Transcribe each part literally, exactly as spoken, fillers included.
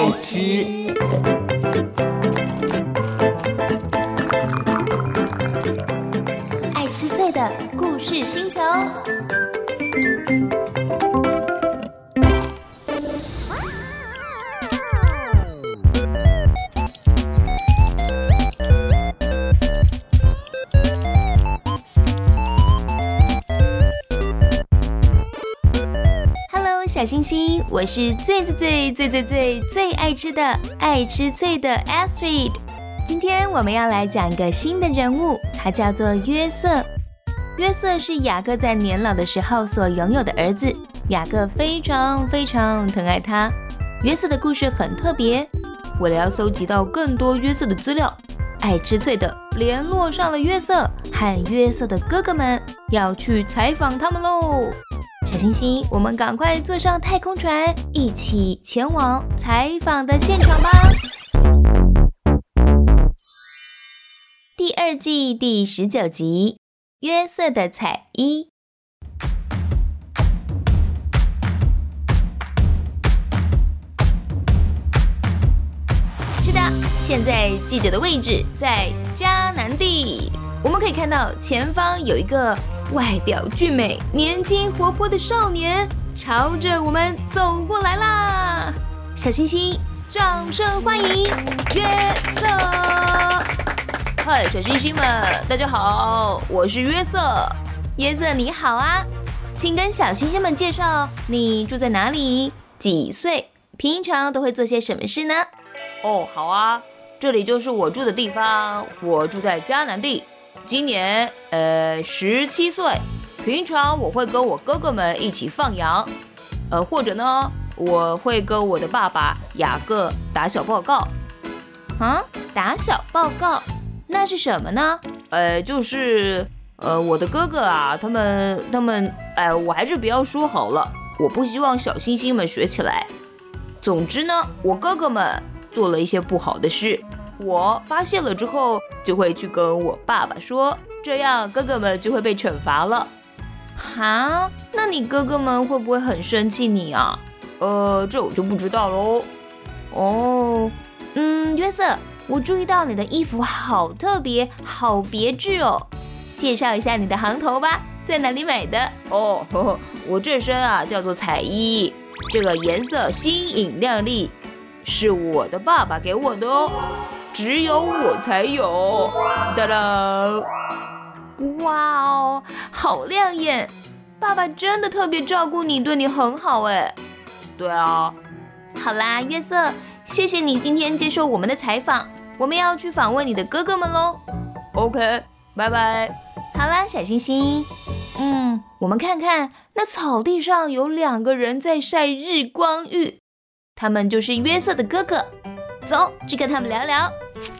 爱吃。爱吃脆的故事星球。小星星，我是最最最最最最最爱吃的爱吃脆的 Astrid。 今天我们要来讲一个新的人物，他叫做约瑟。约瑟是雅各在年老的时候所拥有的儿子，雅各非常非常疼爱他。约瑟的故事很特别，为了要搜集到更多约瑟的资料，爱吃脆的联络上了约瑟和约瑟的哥哥们，要去采访他们喽。小星星，我们赶快坐上太空船，一起前往采访的现场吧。第二季第十九集，约瑟的彩衣。是的，现在记者的位置在迦南地，我们可以看到前方有一个外表俊美、年轻活泼的少年朝着我们走过来啦！小星星，掌声欢迎约瑟！嗨，小星星们，大家好，我是约瑟。约瑟你好啊，请跟小星星们介绍你住在哪里、几岁，平常都会做些什么事呢？哦，好啊，这里就是我住的地方，我住在迦南地。今年呃十七岁，平常我会跟我哥哥们一起放羊，呃或者呢我会跟我的爸爸雅各打小报告。啊，打小报告，那是什么呢？呃就是呃我的哥哥啊，他们他们哎，我还是不要说好了，我不希望小星星们学起来。总之呢，我哥哥们做了一些不好的事，我发现了之后就会去跟我爸爸说，这样哥哥们就会被惩罚了。哈，那你哥哥们会不会很生气你啊？呃，这我就不知道咯。哦，嗯，约瑟，我注意到你的衣服好特别，好别致哦。介绍一下你的行头吧，在哪里买的？哦，呵呵，我这身啊叫做彩衣，这个颜色新颖亮丽，是我的爸爸给我的哦。只有我才有，哒啦！哇哦，好亮眼！爸爸真的特别照顾你，对你很好哎。对啊。好啦，约瑟，谢谢你今天接受我们的采访，我们要去访问你的哥哥们咯。OK， 拜拜。好啦，小星星，嗯，我们看看那草地上有两个人在晒日光浴，他们就是约瑟的哥哥。走，去跟他们聊聊。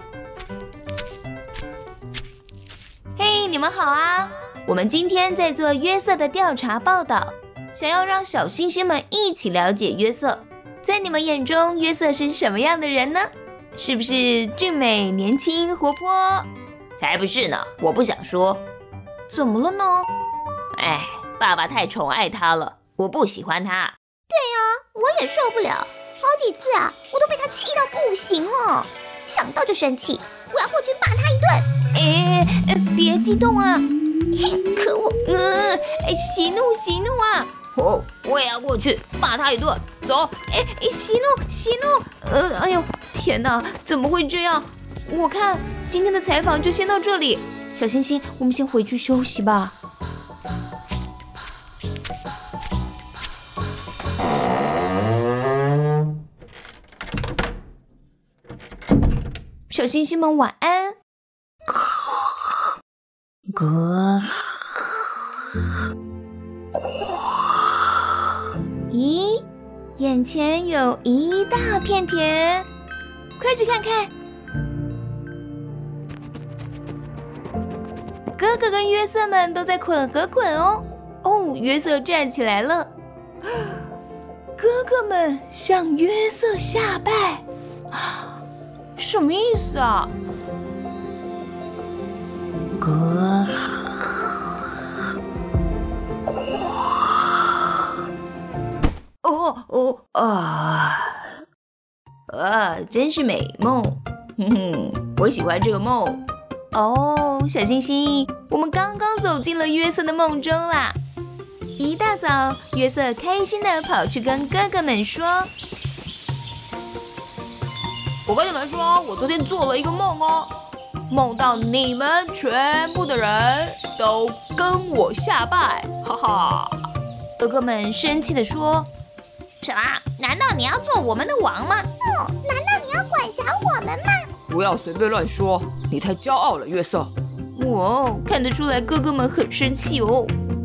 嘿，你们好啊！我们今天在做约瑟的调查报道，想要让小星星们一起了解约瑟。在你们眼中，约瑟是什么样的人呢？是不是俊美、年轻、活泼？才不是呢，我不想说。怎么了呢？哎，爸爸太宠爱他了，我不喜欢他。对啊，我也受不了。好几次啊，我都被他气到不行了，想到就生气，我要过去骂他一顿。 哎哎，别激动啊！ 嘿，可恶！ 嗯，哎，息怒息怒啊！ 哦，我也要过去骂他一顿。走！ 哎哎，息怒息怒！呃，哎呦，天哪，怎么会这样？我看今天的采访就先到这里，小星星，我们先回去休息吧。小星星们晚安。 哥， 咦，眼前有一大片田，快去看看。哥哥跟约瑟们都在捆和捆哦。哦，约瑟站起来了。哥哥们向约瑟下拜。什么意思啊？ 哥， 哦哦啊！ 啊，真是美梦。哼哼，我喜欢这个梦。哦，小星星，我们刚刚走进了约瑟的梦中啦。一大早，约瑟开心地跑去跟哥哥们说：“ 我跟你们说，我昨天做了一个梦哦，梦到你们全部的人都跟我下拜，哈哈。” 哥哥们生气地说：“ 什么？难道你要做我们的王吗？哦，难道你要管辖我们吗？” 不要随便乱说，你太骄傲了，约瑟。 哇，看得出来哥哥们很生气哦。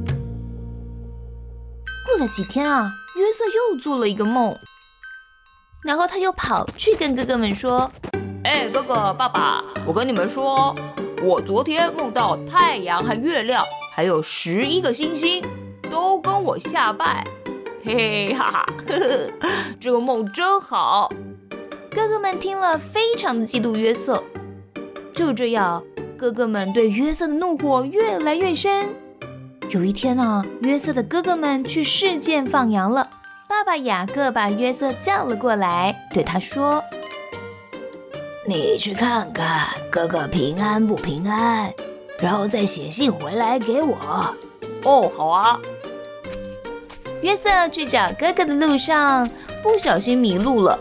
过了几天啊，约瑟又做了一个梦，然后他又跑去跟哥哥们说：“ 哎，哥哥、爸爸，我跟你们说，我昨天梦到太阳和月亮，还有十一个星星，都跟我下拜，嘿嘿哈哈，呵呵，这个梦真好。” 哥哥们听了，非常的嫉妒约瑟。就这样，哥哥们对约瑟的怒火越来越深。有一天啊，约瑟的哥哥们去事件放羊了。爸爸雅各把约瑟叫了过来，对他说：“ 你去看看哥哥平安不平安，然后再写信回来给我。” 哦，好啊。 约瑟去找哥哥的路上，不小心迷路了。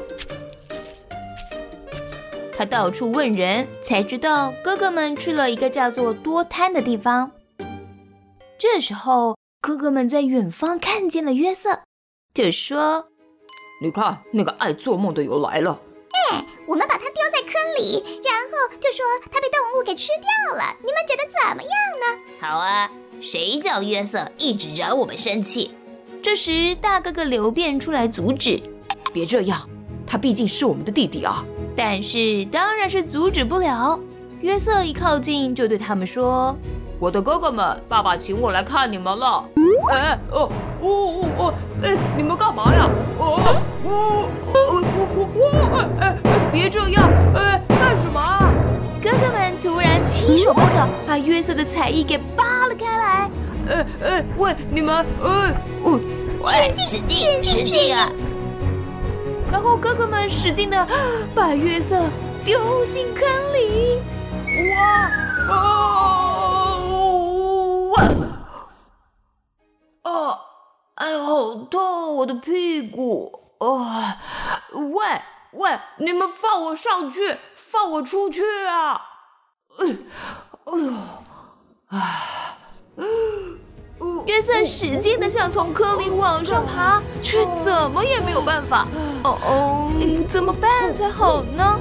他到处问人，才知道哥哥们去了一个叫做多滩的地方。这时候，哥哥们在远方看见了约瑟，就说：“ 你看，那个爱做梦的又来了。” 哎，我们把他丢在坑里，然后就说他被动物给吃掉了。你们觉得怎么样呢？ 好啊，谁叫约瑟一直惹我们生气？ 这时，大哥哥刘辩出来阻止：“ 别这样，他毕竟是我们的弟弟啊。” 但是当然是阻止不了。约瑟一靠近，就对他们说：“ 我的哥哥们，爸爸请我来看你们了。”哎哦哦哦哦！哎，你们干嘛呀？哦哦哦哦哦！哎哎，别这样！哎，干什么啊？ 哥哥们突然七手八脚，把约瑟的彩衣给扒了开来。 哎哎，喂，你们，哎哦， 喂，使劲，使劲啊！ 然后哥哥们使劲的把约瑟丢进坑里。 哇啊哇！啊！哎，好痛，我的屁股！啊！喂喂，你们放我上去，放我出去啊！哎，哎呦，啊！ 约瑟使劲的想从坑里往上爬，却怎么也没有办法。哦哦，怎么办才好呢？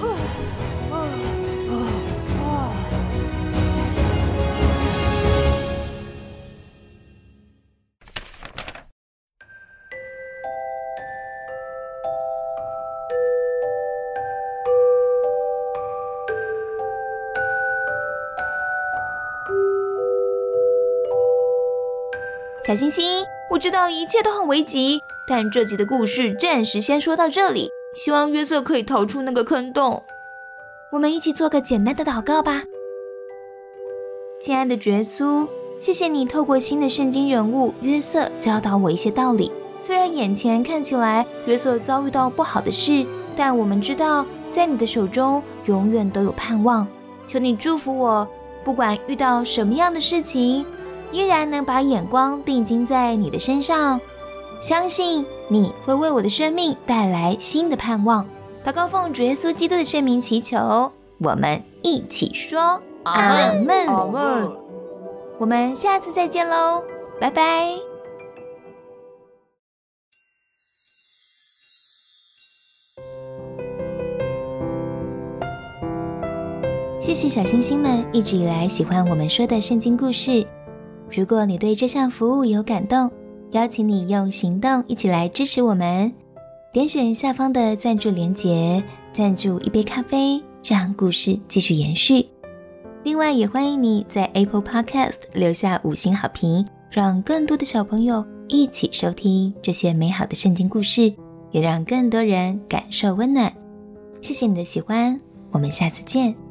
小星星，我知道一切都很危急，但这集的故事暂时先说到这里。希望约瑟可以逃出那个坑洞。我们一起做个简单的祷告吧。亲爱的主耶稣，谢谢你透过新的圣经人物约瑟教导我一些道理。虽然眼前看起来约瑟遭遇到不好的事，但我们知道在你的手中永远都有盼望。求你祝福我，不管遇到什么样的事情，依然能把眼光定睛在你的身上，相信你会为我的生命带来新的盼望。祷告奉主耶稣基督的圣名祈求，我们一起说阿们。 阿们。 我们下次再见喽，拜拜。谢谢小星星们一直以来喜欢我们说的圣经故事。如果你对这项服务有感动，邀请你用行动一起来支持我们。点选下方的赞助连结，赞助一杯咖啡，让故事继续延续。另外也欢迎你在 Apple Podcast 留下五星好评，让更多的小朋友一起收听这些美好的圣经故事，也让更多人感受温暖。谢谢你的喜欢，我们下次见。